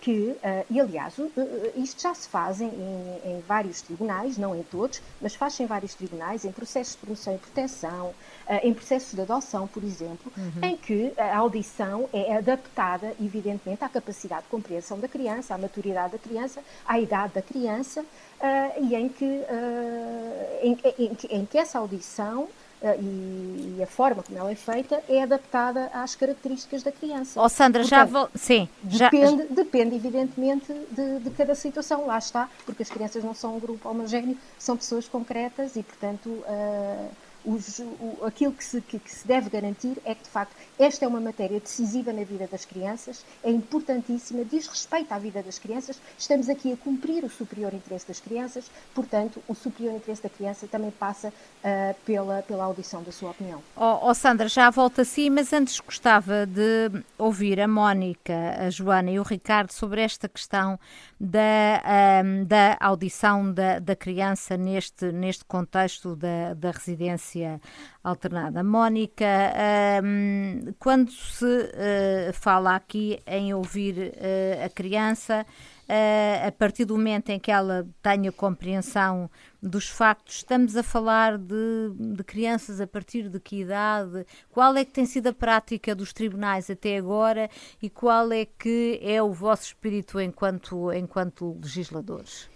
que, uh, e aliás, uh, isto já se faz em, em vários tribunais, não em todos, mas faz-se em vários tribunais, em processos de promoção e proteção, uh, em processos de adoção, por exemplo, uhum. em que a audição é adaptada, evidentemente, à capacidade de compreensão da criança, à maturidade da criança, à idade da criança, uh, e em que, uh, em, em, em que essa audição e a forma como ela é feita é adaptada às características da criança. Ó, oh, Sandra, Portanto, já vou... Sim. Depende, já... depende evidentemente, de, de cada situação. Lá está, porque as crianças não são um grupo homogéneo, são pessoas concretas e, portanto, uh, os, o, aquilo que se, que, que se deve garantir é que, de facto, esta é uma matéria decisiva na vida das crianças, é importantíssima, diz respeito à vida das crianças, estamos aqui a cumprir o superior interesse das crianças, portanto, o superior interesse da criança também passa uh, pela, pela audição da sua opinião. Oh, oh Sandra, já volto assim, mas antes gostava de ouvir a Mónica, a Joana e o Ricardo sobre esta questão da, um, da audição da, da criança neste, neste contexto da, da residência alternada. Mónica, um, quando se uh, fala aqui em ouvir uh, a criança, uh, a partir do momento em que ela tenha compreensão dos factos, estamos a falar de, de crianças a partir de que idade? Qual é que tem sido a prática dos tribunais até agora e qual é que é o vosso espírito enquanto, enquanto legisladores?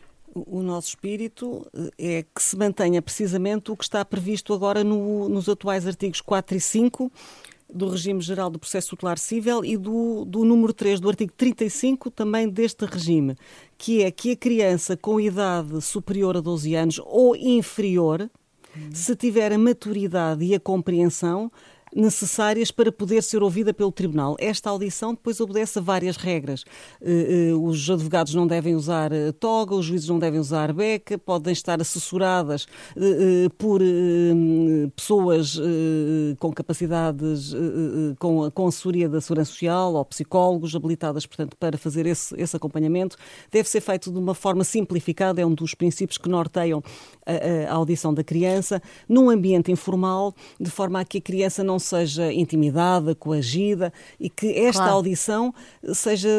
O nosso espírito é que se mantenha precisamente o que está previsto agora no, nos atuais artigos quatro e cinco do Regime Geral do Processo Tutelar Cível e do, do número três do artigo trinta e cinco também deste regime, que é que a criança com idade superior a doze anos ou inferior, uhum. se tiver a maturidade e a compreensão necessárias para poder ser ouvida pelo Tribunal. Esta audição depois obedece a várias regras. Uh, uh, os advogados não devem usar uh, toga, os juízes não devem usar beca, podem estar assessoradas uh, uh, por uh, pessoas uh, com capacidades, uh, uh, com, a, com assessoria da Segurança Social ou psicólogos habilitadas, portanto, para fazer esse, esse acompanhamento. Deve ser feito de uma forma simplificada, é um dos princípios que norteiam a, a audição da criança, num ambiente informal, de forma a que a criança não seja intimidada, coagida e que esta claro. audição seja,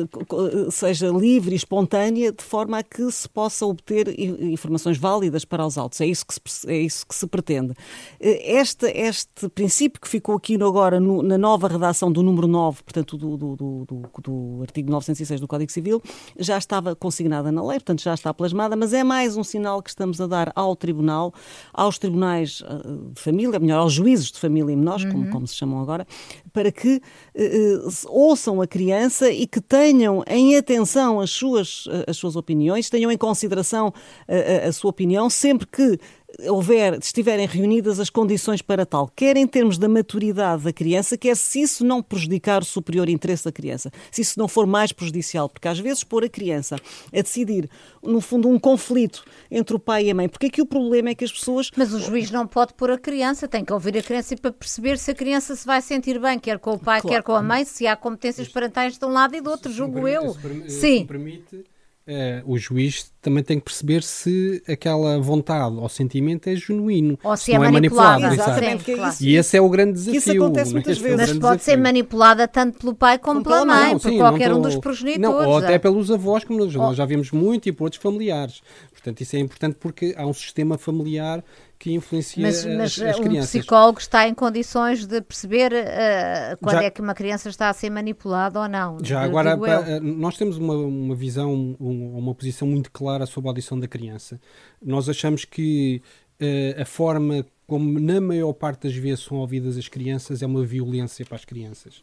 seja livre e espontânea, de forma a que se possa obter informações válidas para os autos. É isso que se, é isso que se pretende. Este, este princípio que ficou aqui agora no, na nova redação do número nove, portanto do, do, do, do, do artigo novecentos e seis do Código Civil, já estava consignada na lei, portanto já está plasmada, mas é mais um sinal que estamos a dar ao Tribunal, aos tribunais de família, melhor, aos juízes de família e menores, uhum. como, como se chamam agora, para que uh, ouçam a criança e que tenham em atenção as suas, as suas opiniões, tenham em consideração a, a, a sua opinião, sempre que houver, estiverem reunidas as condições para tal, quer em termos da maturidade da criança, quer se isso não prejudicar o superior interesse da criança, se isso não for mais prejudicial, porque às vezes pôr a criança a decidir, no fundo, um conflito entre o pai e a mãe, porque aqui o problema é que as pessoas... Mas o juiz não pode pôr a criança, tem que ouvir a criança para perceber se a criança se vai sentir bem, quer com o pai, claro. quer com a mãe, se há competências parentais de um lado e do outro, julgo eu. Se, se, Sim. Se permite... Uh, o juiz também tem que perceber se aquela vontade ou sentimento é genuíno, ou se, se é não é manipulado. manipulado. Exatamente, Sim, claro. E esse é o grande desafio. Isso acontece muitas é? vezes. Mas é pode desafio. ser manipulada tanto pelo pai como, como pela mãe, não, por sim, qualquer um dos progenitores. Não, ou até é? pelos avós, como nós, oh. nós já vimos muito, e por outros familiares. Portanto, isso é importante porque há um sistema familiar que influencia mas, mas as, as um crianças. Mas um psicólogo está em condições de perceber uh, quando já, é que uma criança está a ser manipulada ou não. Já agora, para, nós temos uma, uma visão, um, uma posição muito clara sobre a audição da criança. Nós achamos que uh, a forma como na maior parte das vezes são ouvidas as crianças é uma violência para as crianças.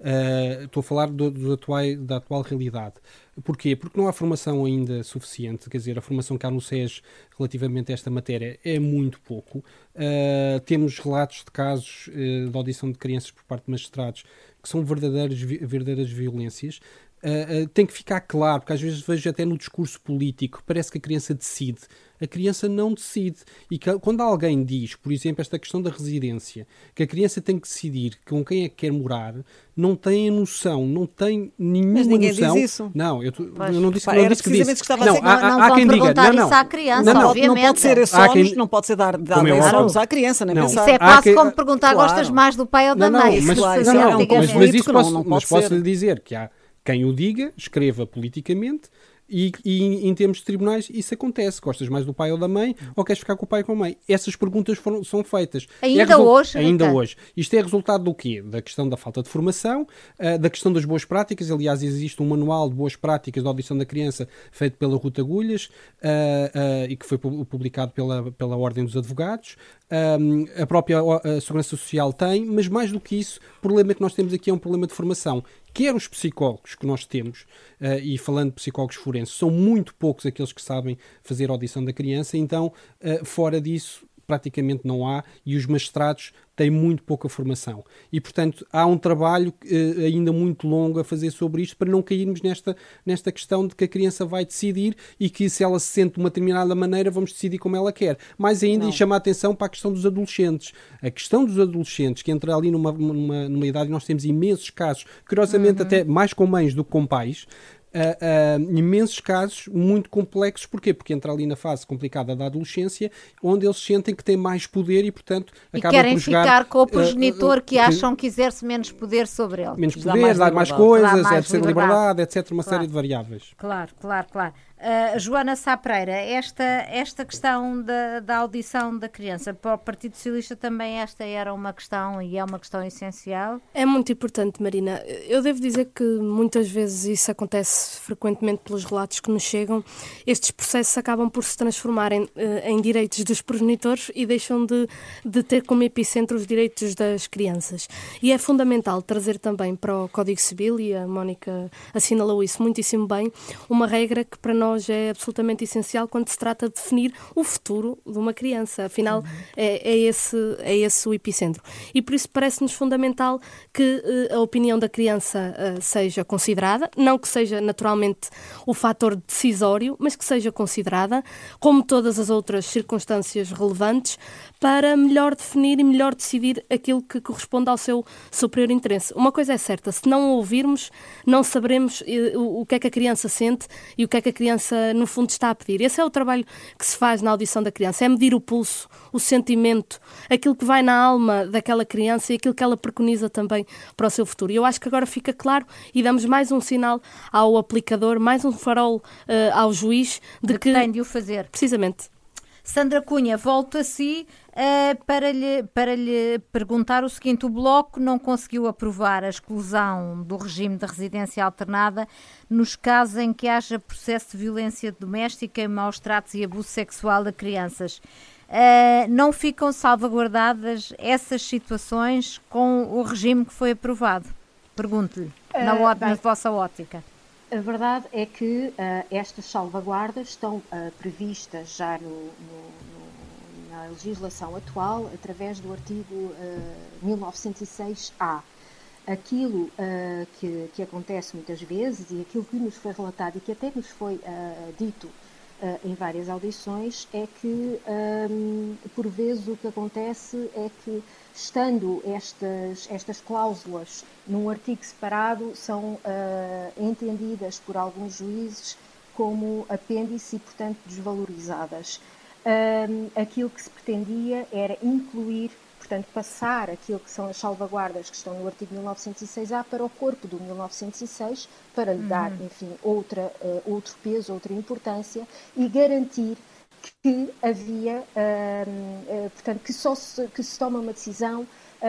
Uh, estou a falar do, do atual, da atual realidade. Porquê? Porque não há formação ainda suficiente, quer dizer, a formação que há no S E S relativamente a esta matéria é muito pouco. Uh, temos relatos de casos uh, de audição de crianças por parte de magistrados que são verdadeiras, verdadeiras violências. Uh, uh, tem que ficar claro, porque às vezes vejo até no discurso político, parece que a criança decide. A criança não decide. E que, quando alguém diz, por exemplo, esta questão da residência, que a criança tem que decidir com quem é que quer morar, não tem a noção, não tem nenhuma Mas ninguém noção. Diz isso. Não, eu, pois, eu não disse, pá, não era disse que disse. Que estava não, a dizer, há, não, há não quem vão diga. perguntar Não, isso à criança, não, não, obviamente. Não pode ser sónus, quem... não pode ser dar, dar é dez óbvio. sónus à criança, nem não. pensar. Isso é quase que... como perguntar, claro. gostas mais do pai ou da não, mãe? Não, mas, claro, não, não, é um mas, mas isso não, posso, não mas pode posso lhe dizer que há quem o diga, escreva politicamente. E, e em termos de tribunais isso acontece. Gostas mais do pai ou da mãe ou queres ficar com o pai ou com a mãe? Essas perguntas foram, são feitas. Ainda é result... hoje? Ainda Rita. hoje. Isto é resultado do quê? Da questão da falta de formação, uh, da questão das boas práticas. Aliás, existe um manual de boas práticas de audição da criança feito pela Ruth Agulhas uh, uh, e que foi publicado pela, pela Ordem dos Advogados. Um, a própria a Segurança Social tem, mas mais do que isso, o problema que nós temos aqui é um problema de formação. Quer os psicólogos que nós temos, uh, e falando de psicólogos forenses, são muito poucos aqueles que sabem fazer a audição da criança, então, uh, fora disso, praticamente não há, e os magistrados têm muito pouca formação. E, portanto, há um trabalho uh, ainda muito longo a fazer sobre isto para não cairmos nesta, nesta questão de que a criança vai decidir e que se ela se sente de uma determinada maneira, vamos decidir como ela quer. Mais ainda, não. E chama a atenção para a questão dos adolescentes. A questão dos adolescentes, que entra ali numa, numa, numa idade, nós temos imensos casos, curiosamente uhum. até mais com mães do que com pais, Uh, uh, imensos casos muito complexos. Porquê? Porque entra ali na fase complicada da adolescência, onde eles sentem que têm mais poder e, portanto, e acabam querem por jogar, ficar com o progenitor uh, uh, que uh, acham que exerce menos poder sobre ele. Menos poder, mais dar mais coisas, dá mais é de liberdade, etcétera. Uma claro. série de variáveis. Claro, claro, claro. Uh, Joana Sá Pereira, esta, esta questão da, da audição da criança, para o Partido Socialista também esta era uma questão e é uma questão essencial? É muito importante, Marina. Eu devo dizer que muitas vezes isso acontece frequentemente pelos relatos que nos chegam. Estes processos acabam por se transformarem uh, em direitos dos progenitores e deixam de, de ter como epicentro os direitos das crianças. E é fundamental trazer também para o Código Civil, e a Mónica assinalou isso muitíssimo bem, uma regra que para nós é absolutamente essencial quando se trata de definir o futuro de uma criança. Afinal, uhum. é, é, esse, é esse o epicentro. E por isso parece-nos fundamental que uh, a opinião da criança uh, seja considerada, não que seja naturalmente o fator decisório, mas que seja considerada, como todas as outras circunstâncias relevantes, para melhor definir e melhor decidir aquilo que corresponde ao seu superior interesse. Uma coisa é certa, se não o ouvirmos, não saberemos uh, o, o que é que a criança sente e o que é que a criança no fundo está a pedir. Esse é o trabalho que se faz na audição da criança, é medir o pulso, o sentimento, aquilo que vai na alma daquela criança e aquilo que ela preconiza também para o seu futuro. E eu acho que agora fica claro e damos mais um sinal ao aplicador, mais um farol uh, ao juiz de, de que... que tem de o fazer. Precisamente. Sandra Cunha, volto a si uh, para, lhe, para lhe perguntar o seguinte: o Bloco não conseguiu aprovar a exclusão do regime de residência alternada nos casos em que haja processo de violência doméstica e maus tratos e abuso sexual a crianças. Uh, não ficam salvaguardadas essas situações com o regime que foi aprovado? Pergunto-lhe, uh, na, ótica, na vossa ótica. A verdade é que uh, estas salvaguardas estão uh, previstas já no, no, no, na legislação atual através do artigo uh, mil novecentos e seis A. Aquilo uh, que, que acontece muitas vezes e aquilo que nos foi relatado e que até nos foi uh, dito uh, em várias audições é que, um, por vezes, o que acontece é que, estando estas, estas cláusulas num artigo separado, são uh, entendidas por alguns juízes como apêndice e, portanto, desvalorizadas. Um, aquilo que se pretendia era incluir, portanto, passar aquilo que são as salvaguardas que estão no artigo mil novecentos e seis A para o corpo do mil novecentos e seis, para lhe dar, enfim, outra, uh, outro peso, outra importância e garantir que havia, uh, uh, portanto, que só se, que se toma uma decisão uh,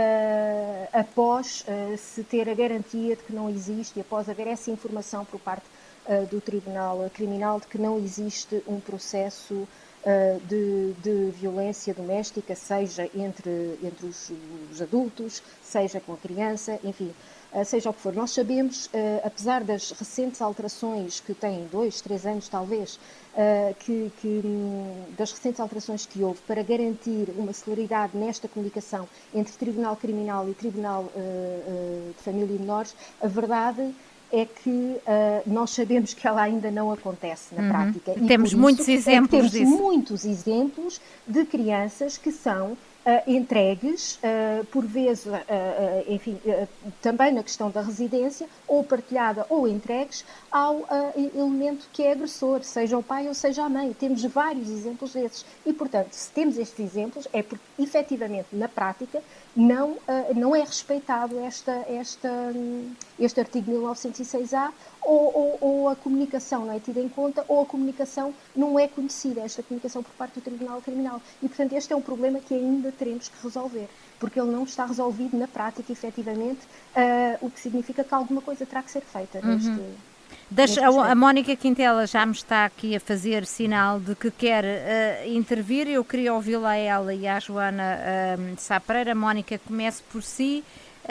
após uh, se ter a garantia de que não existe, e após haver essa informação por parte uh, do Tribunal Criminal de que não existe um processo uh, de, de violência doméstica, seja entre, entre os, os adultos, seja com a criança, enfim, uh, seja o que for. Nós sabemos, uh, apesar das recentes alterações que têm dois, três anos talvez, Uh, que, que, um, das recentes alterações que houve para garantir uma celeridade nesta comunicação entre Tribunal Criminal e Tribunal uh, uh, de Família e Menores, a verdade é que uh, nós sabemos que ela ainda não acontece na uhum. prática. E temos muitos exemplos é temos disso. muitos exemplos de crianças que são uh, entregues, uh, por vezes, uh, uh, enfim, uh, também na questão da residência, ou partilhada ou entregues ao uh, elemento que é agressor, seja o pai ou seja a mãe. Temos vários exemplos desses e, portanto, se temos estes exemplos é porque, efetivamente, na prática, não, uh, não é respeitado esta, esta, um, este artigo mil novecentos e seis A, ou, ou, ou a comunicação não é tida em conta, ou a comunicação não é conhecida, esta comunicação por parte do Tribunal Criminal. E, portanto, este é um problema que ainda teremos que resolver, porque ele não está resolvido na prática, efetivamente, uh, o que significa que alguma coisa terá que ser feita uhum. neste... Deixa, a, a Mónica Quintela já me está aqui a fazer sinal de que quer uh, intervir. Eu queria ouvi-la a ela e à Joana uh, Sá Pereira. Mónica, comece por si.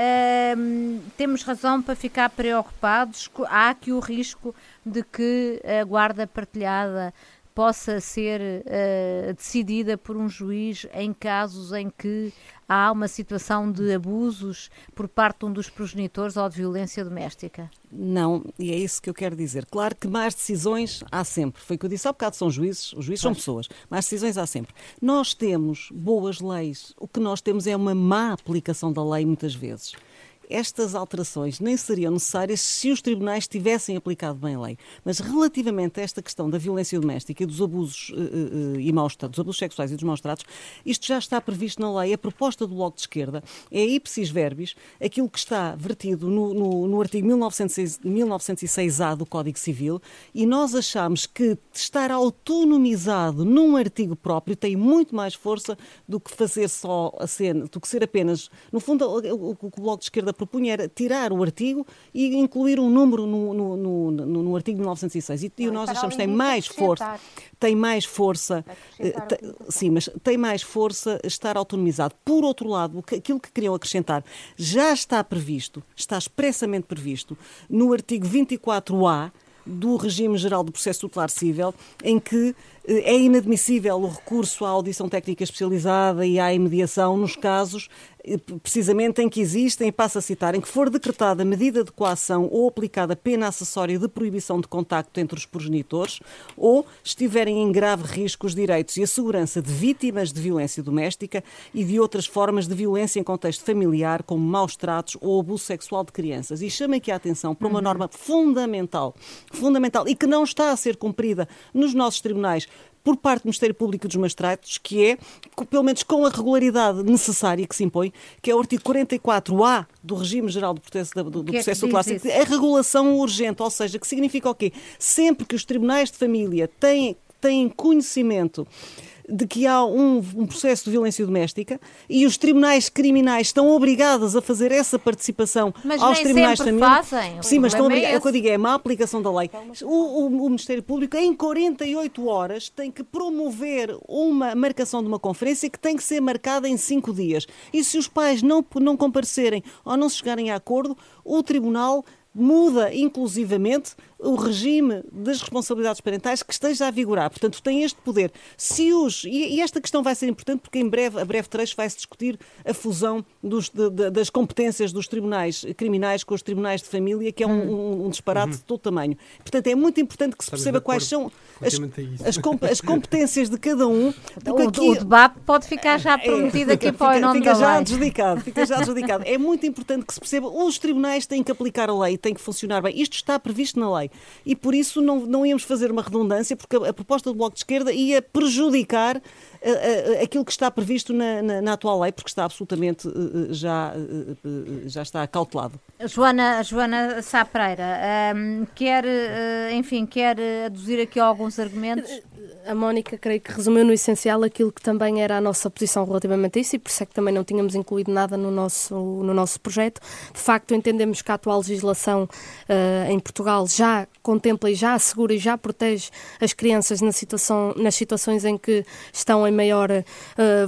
Uh, temos razão para ficar preocupados. Há aqui o risco de que a guarda partilhada possa ser uh, decidida por um juiz em casos em que há uma situação de abusos por parte de um dos progenitores ou de violência doméstica? Não, e é isso que eu quero dizer. Claro que mais decisões há sempre. Foi o que eu disse há bocado, são juízes, os juízes são pessoas. Mais decisões há sempre. Nós temos boas leis. O que nós temos é uma má aplicação da lei muitas vezes. Estas alterações nem seriam necessárias se os tribunais tivessem aplicado bem a lei. Mas relativamente a esta questão da violência doméstica e dos abusos uh, uh, e maus tratos, dos abusos sexuais e dos maus tratos, isto já está previsto na lei. A proposta do Bloco de Esquerda é ipsis verbis aquilo que está vertido no, no, no artigo mil novecentos e seis A do Código Civil, e nós achamos que estar autonomizado num artigo próprio tem muito mais força do que fazer só a cena, do que ser apenas, no fundo, o, o, o que o Bloco de Esquerda propunha era tirar o artigo e incluir um número no, no, no, no, no artigo mil novecentos e seis. E, e nós achamos que tem mais força, tem mais força, te, sim, mas tem mais força estar autonomizado. Por outro lado, aquilo que queriam acrescentar já está previsto, está expressamente previsto no artigo vinte e quatro A do Regime Geral do Processo Tutelar Cível, em que é inadmissível o recurso à audição técnica especializada e à imediação nos casos precisamente em que existem, e passo a citar, em que for decretada medida de coação ou aplicada pena acessória de proibição de contacto entre os progenitores ou estiverem em grave risco os direitos e a segurança de vítimas de violência doméstica e de outras formas de violência em contexto familiar, como maus tratos ou abuso sexual de crianças. E chamo aqui a atenção para uma norma fundamental, fundamental e que não está a ser cumprida nos nossos tribunais por parte do Ministério Público e dos Magistrados, que é, pelo menos com a regularidade necessária que se impõe, que é o artigo quarenta e quatro A do Regime Geral do Processo, do, do processo tutelar, a regulação urgente, ou seja, que significa o quê? Sempre que os tribunais de família têm, têm conhecimento de que há um, um processo de violência doméstica e os tribunais criminais estão obrigados a fazer essa participação mas aos tribunais de família. Fazem. Sim, mas estão obrigados. É o que eu digo, é a má aplicação da lei. O, o, o Ministério Público, em quarenta e oito horas, tem que promover uma marcação de uma conferência que tem que ser marcada em cinco dias. E se os pais não, não comparecerem ou não se chegarem a acordo, o Tribunal muda, inclusivamente, o regime das responsabilidades parentais que esteja a vigorar. Portanto, tem este poder. Se os, e, e esta questão vai ser importante porque em breve, a breve trecho, vai-se discutir a fusão dos, de, de, das competências dos tribunais criminais com os tribunais de família, que é um, um, um disparate uhum. de todo tamanho. Portanto, é muito importante que se Estamos perceba quais são as, as, comp, as competências de cada um. O, aqui, o debate pode ficar já prometido é, aqui para o nome fica da já lei. Adjudicado, fica já adjudicado. É muito importante que se perceba, os tribunais têm que aplicar a lei, têm que funcionar bem. Isto está previsto na lei. E por isso não, não íamos fazer uma redundância, porque a, a proposta do Bloco de Esquerda ia prejudicar a, a, aquilo que está previsto na, na, na atual lei, porque está absolutamente uh, já, uh, já está cautelado. Joana, Joana Sá Pereira, um, quer, uh, enfim, quer aduzir aqui alguns argumentos? A Mónica, creio que resumiu no essencial aquilo que também era a nossa posição relativamente a isso e por isso é que também não tínhamos incluído nada no nosso, no nosso projeto. De facto, entendemos que a atual legislação uh, em Portugal já contempla e já assegura e já protege as crianças na situação, nas situações em que estão em maior uh,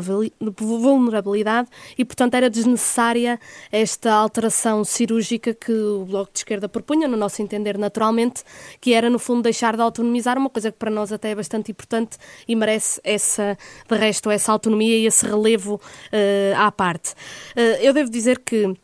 vulnerabilidade e, portanto, era desnecessária esta alteração cirúrgica que o Bloco de Esquerda propunha, no nosso entender naturalmente, que era, no fundo, deixar de autonomizar uma coisa que para nós até é bastante importante e merece essa, de resto, essa autonomia e esse relevo uh, à parte. Uh, eu devo dizer que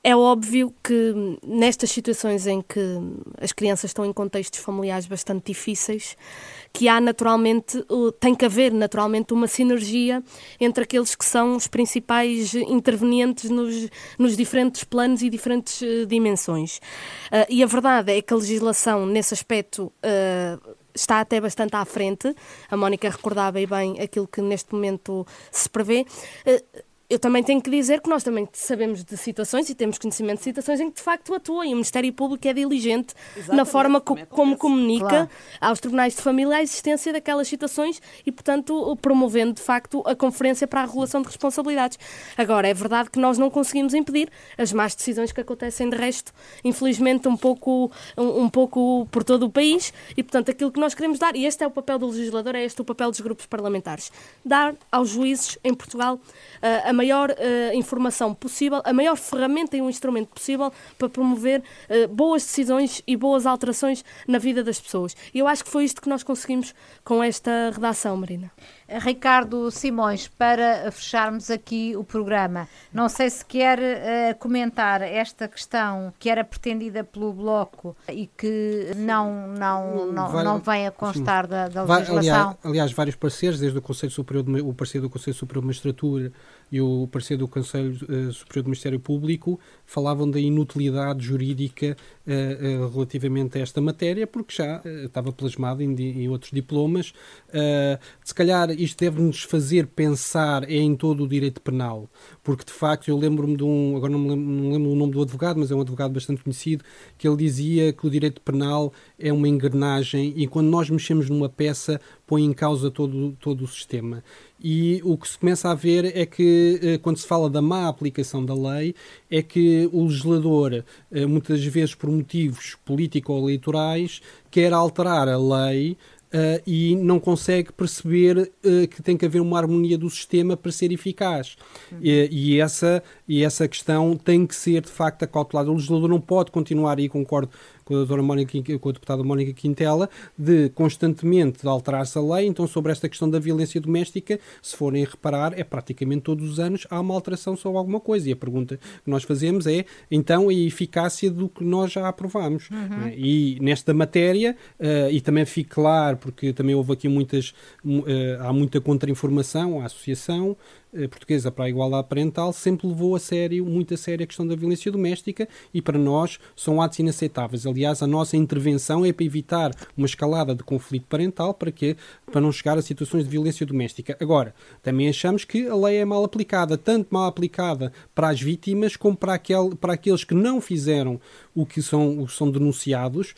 É óbvio que nestas situações em que as crianças estão em contextos familiares bastante difíceis, que há naturalmente, tem que haver naturalmente uma sinergia entre aqueles que são os principais intervenientes nos, nos diferentes planos e diferentes uh, dimensões. Uh, e a verdade é que a legislação nesse aspecto uh, está até bastante à frente. A Mónica recordava e bem aquilo que neste momento se prevê. Uh, Eu também tenho que dizer que nós também sabemos de situações e temos conhecimento de situações em que de facto atua e o Ministério Público é diligente Exatamente, na forma co- como comunica claro. aos tribunais de família a existência daquelas situações e, portanto, promovendo de facto a conferência para a regulação de responsabilidades. Agora, é verdade que nós não conseguimos impedir as más decisões que acontecem de resto, infelizmente um pouco, um, um pouco por todo o país e, portanto, aquilo que nós queremos dar, e este é o papel do legislador, é este o papel dos grupos parlamentares, dar aos juízes em Portugal uh, a maior uh, informação possível, a maior ferramenta e um instrumento possível para promover uh, boas decisões e boas alterações na vida das pessoas. E eu acho que foi isto que nós conseguimos com esta redação, Marina. Ricardo Simões, para fecharmos aqui o programa, não sei se quer uh, comentar esta questão que era pretendida pelo Bloco e que não, não, não, Vai, não vem a constar da, da legislação. Aliás, aliás, vários pareceres, desde o Conselho Superior de, o parecer do Conselho Superior de Magistratura e o parecer do Conselho uh, Superior do Ministério Público falavam da inutilidade jurídica uh, uh, relativamente a esta matéria, porque já uh, estava plasmado em, em outros diplomas. Uh, se calhar isto deve-nos fazer pensar em todo o direito penal, porque de facto eu lembro-me de um, agora não me lembro, não lembro o nome do advogado, mas é um advogado bastante conhecido, que ele dizia que o direito penal é uma engrenagem e quando nós mexemos numa peça põe em causa todo, todo o sistema. E o que se começa a ver é que, quando se fala da má aplicação da lei, é que o legislador, muitas vezes por motivos político-eleitorais, quer alterar a lei Uh, e não consegue perceber uh, que tem que haver uma harmonia do sistema para ser eficaz. Uhum. E, e, essa, e essa questão tem que ser, de facto, acautelada. O legislador não pode continuar, e concordo com a, doutora Mónica, com a deputada Mónica Quintela, de constantemente de alterar-se a lei. Então, sobre esta questão da violência doméstica, se forem reparar, é praticamente todos os anos há uma alteração sobre alguma coisa. E a pergunta que nós fazemos é, então, a eficácia do que nós já aprovámos. Uhum. E nesta matéria, uh, e também fique claro, porque também houve aqui muitas, uh, há muita contra-informação, a Associação uh, Portuguesa para a Igualdade Parental sempre levou a sério, muito a sério a questão da violência doméstica e para nós são atos inaceitáveis. Aliás, a nossa intervenção é para evitar uma escalada de conflito parental para, que, para não chegar a situações de violência doméstica. Agora, também achamos que a lei é mal aplicada, tanto mal aplicada para as vítimas como para, aquel, para aqueles que não fizeram o que são, o que são denunciados,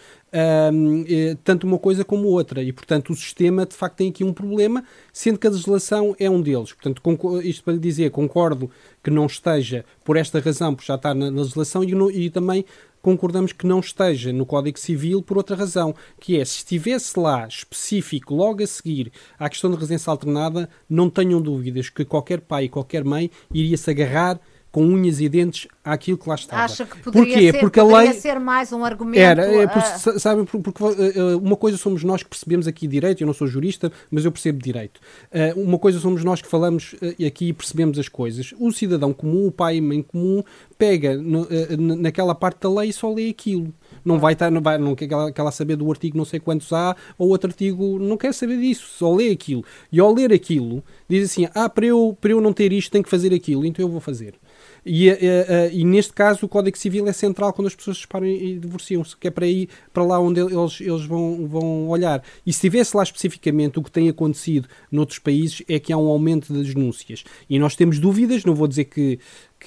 um, eh, tanto uma coisa como outra. E, portanto, o sistema, de facto, tem aqui um problema, sendo que a legislação é um deles. Portanto, isto para lhe dizer, concordo que não esteja por esta razão, por já estar na, na legislação, e, no, e também concordamos que não esteja no Código Civil por outra razão, que é, se estivesse lá específico, logo a seguir, à questão de residência alternada, não tenham dúvidas que qualquer pai e qualquer mãe iria-se agarrar com unhas e dentes àquilo que lá estava. Acha que poderia, Porquê? Ser, porque poderia a lei ser mais um argumento? Era, é, porque, a... sabem, porque uma coisa somos nós que percebemos aqui direito, eu não sou jurista, mas eu percebo direito. Uma coisa somos nós que falamos aqui e percebemos as coisas. O cidadão comum, o pai e mãe comum, pega no, naquela parte da lei e só lê aquilo. Não vai estar, não, vai, não quer ela saber do artigo não sei quantos há, ou outro artigo, não quer saber disso, só lê aquilo. E ao ler aquilo, diz assim, ah, para eu, para eu não ter isto, tenho que fazer aquilo, então eu vou fazer. E, uh, uh, e neste caso o Código Civil é central quando as pessoas se separam e divorciam-se, que é para ir para lá onde eles, eles vão, vão olhar. E se tivesse lá especificamente o que tem acontecido noutros países é que há um aumento das denúncias. E nós temos dúvidas, não vou dizer que,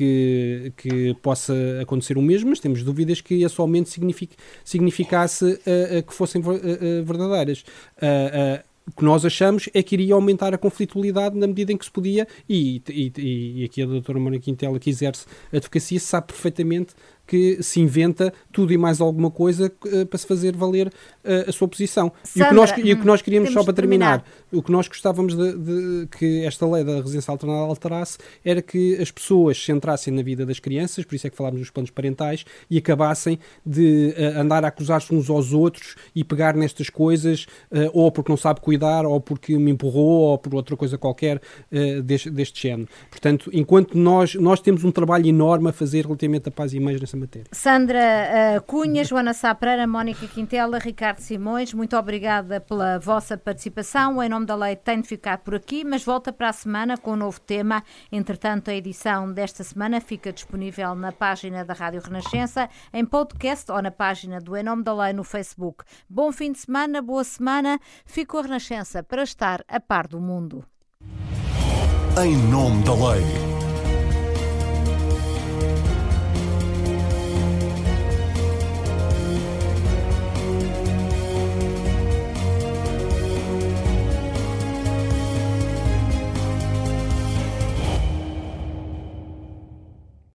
que, que possa acontecer o mesmo, mas temos dúvidas que esse aumento signifique, significasse uh, uh, que fossem uh, uh, verdadeiras. Uh, uh, O que nós achamos é que iria aumentar a conflitualidade na medida em que se podia, e, e, e aqui a doutora Mónica Quintela, que exerce a advocacia, sabe perfeitamente que se inventa tudo e mais alguma coisa uh, para se fazer valer uh, a sua posição. Sandra, e, o que nós, e o que nós queríamos, só para terminar, terminar, o que nós gostávamos de, de que esta lei da residência alternada alterasse era que as pessoas se centrassem na vida das crianças, por isso é que falámos dos planos parentais, e acabassem de uh, andar a acusar-se uns aos outros e pegar nestas coisas, uh, ou porque não sabe cuidar, ou porque me empurrou, ou por outra coisa qualquer uh, deste, deste género. Portanto, enquanto nós, nós temos um trabalho enorme a fazer relativamente a pais e mães nessa matéria. Sandra uh, Cunha, Joana Sá Pereira, Mónica Quintela, Ricardo Simões, muito obrigada pela vossa participação. Em nome da lei tem de ficar por aqui, mas volta para a semana com um novo tema. Entretanto, a edição desta semana fica disponível na página da Rádio Renascença, em podcast ou na página do Em Nome da Lei no Facebook. Bom fim de semana, boa semana. Fico a Renascença para estar a par do mundo. Em Nome da Lei.